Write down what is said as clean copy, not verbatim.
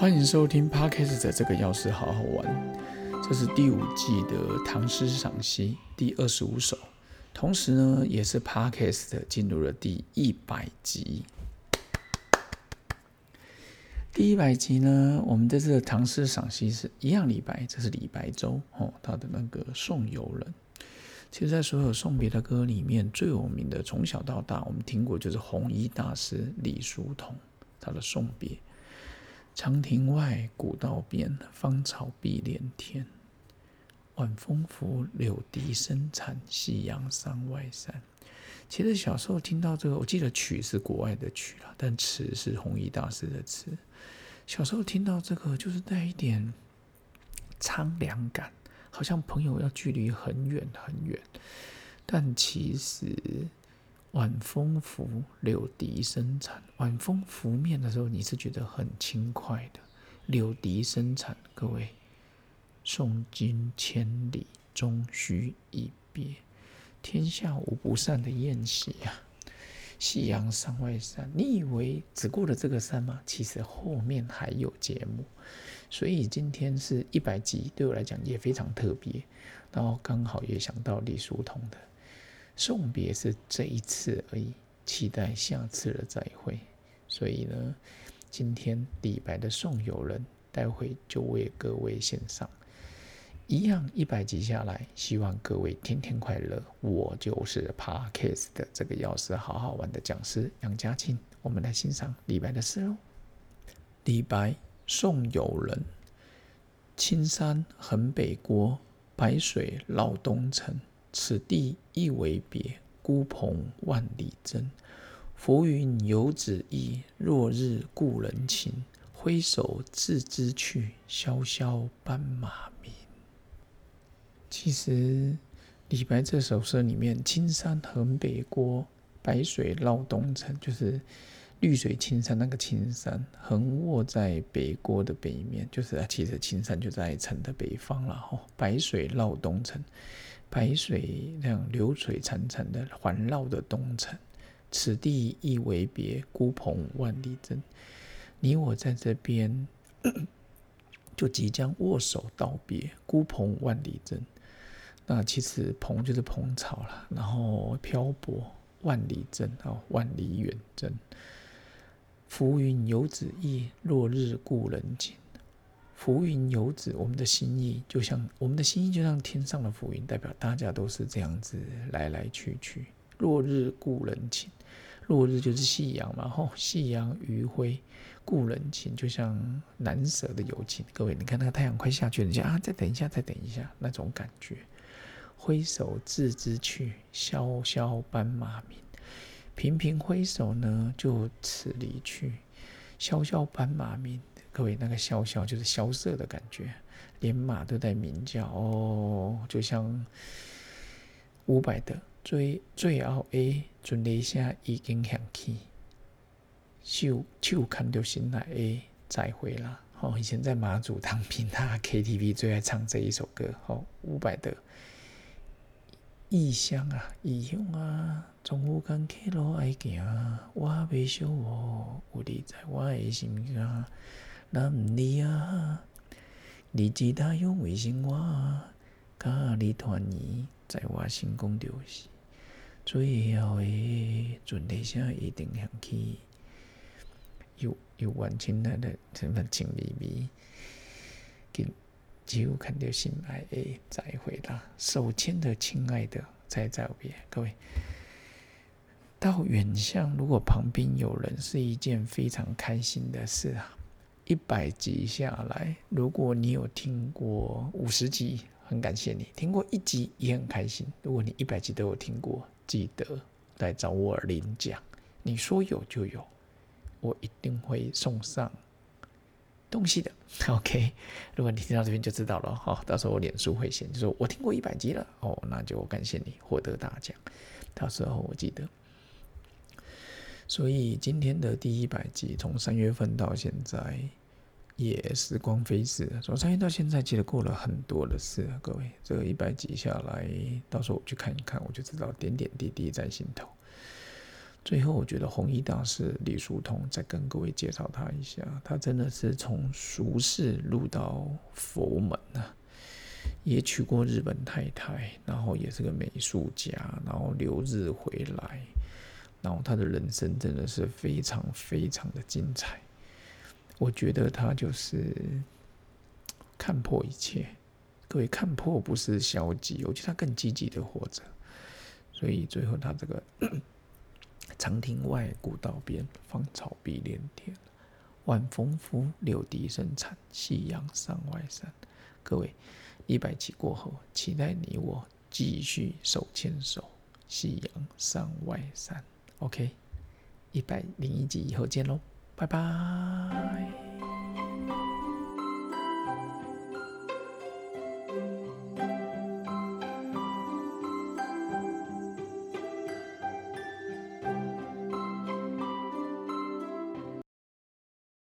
欢迎收听 Podcast 的这个钥匙好好玩，这是第5季的唐诗赏析第25首，同时呢也是 Podcast 进入了第100集。第100集呢，我们这次的唐诗赏析是一样李白，这是李白州他的那个送游人。其实在所有送别的歌里面，最有名的从小到大我们听过就是弘一大师李叔同他的送别。长亭外，古道边，芳草碧连天。晚风拂，柳笛声残，夕阳山外山。其实小时候听到这个，我记得曲是国外的曲啦，但词是弘一大师的词。小时候听到这个，就是带一点苍凉感，好像朋友要距离很远很远。但其实晚风拂，柳笛声残。晚风拂面的时候，你是觉得很轻快的。柳笛声残，各位，送君千里，终须一别。天下无不散的宴席啊！夕阳山外山，你以为只过了这个山吗？其实后面还有节目。所以今天是100集，对我来讲也非常特别。然后刚好也想到李叔同的送别是这一次而已，期待下次的再会。所以呢，今天李白的送游人，待会就为各位献上。一样100集下来，希望各位天天快乐。我就是 Podcast 的这个钥匙好好玩的讲师杨家庆，我们来欣赏李白的诗喽。李白送游人，青山横北郭，白水绕东城。此地一为别，孤蓬万里征。浮云游子意，落日故人情。挥手自知去，萧萧斑马鸣。其实李白这首诗里面，青山横北郭，白水绕东城，就是绿水青山那个青山横卧在北郭的北面，就是其实青山就在城的北方了。白水绕东城，白水那样流水潺潺的环绕的东城。此地一为别，孤蓬万里征。你我在这边就即将握手道别，孤蓬万里征。那其实蓬就是蓬草了，然后漂泊万里征，万里远征。浮云游子意，落日故人情。浮云游子，我们的心意就像天上的浮云，代表大家都是这样子来来去去。落日故人情，落日就是夕阳嘛，夕阳余晖，故人情就像难舍的友情。各位，你看那个太阳快下去了，你就再等一下，再等一下，那种感觉。挥手自知去，萧萧斑马鸣。频频挥手呢，就此离去。萧萧斑马鸣，各位，那个萧萧就是萧瑟的感觉，连马都在鸣叫就像伍佰的最后的船底声已经响起，手牵着心内的再会啦。以前在马祖当兵，他 KTV 最爱唱这一首歌，伍佰的异乡异乡总有工课路爱行，我袂寂寞，有你在我的心间。若不你日子他用为生活，甲你团圆，在我心中就是最后的船底声一定响起。有完全的什么情迷迷，只有看到心爱的再会啦，手牵的亲爱的再告别。各位，到远乡如果旁边有人，是一件非常开心的事啊。100集下来，如果你有听过50集，很感谢你；听过1集也很开心。如果你100集都有听过，记得来找我领奖。你说有就有，我一定会送上东西的。OK， 如果你听到这边就知道了到时候我脸书会显就说我听过100集了那就感谢你获得大奖，到时候我记得。所以今天的第100集，从3月份到现在也时光飞逝，从3月到现在其实过了很多的事各位，这个100集下来，到时候我去看一看，我就知道点点滴滴在心头。 最后，我觉得弘一大师李叔同再跟各位介绍他一下，他真的是从俗世入到佛门啊，也娶过日本太太，然后也是个美术家，然后留日回来，然后他的人生真的是非常非常的精彩。我觉得他就是看破一切，各位看破不是消极，我觉得他更积极的活着。所以最后他这个长亭外，古道边，芳草碧连天。晚风拂，柳笛声残，夕阳上外山。各位，100期过后，期待你我继续手牵手，夕阳上外山。OK，101集以后见喽，拜拜。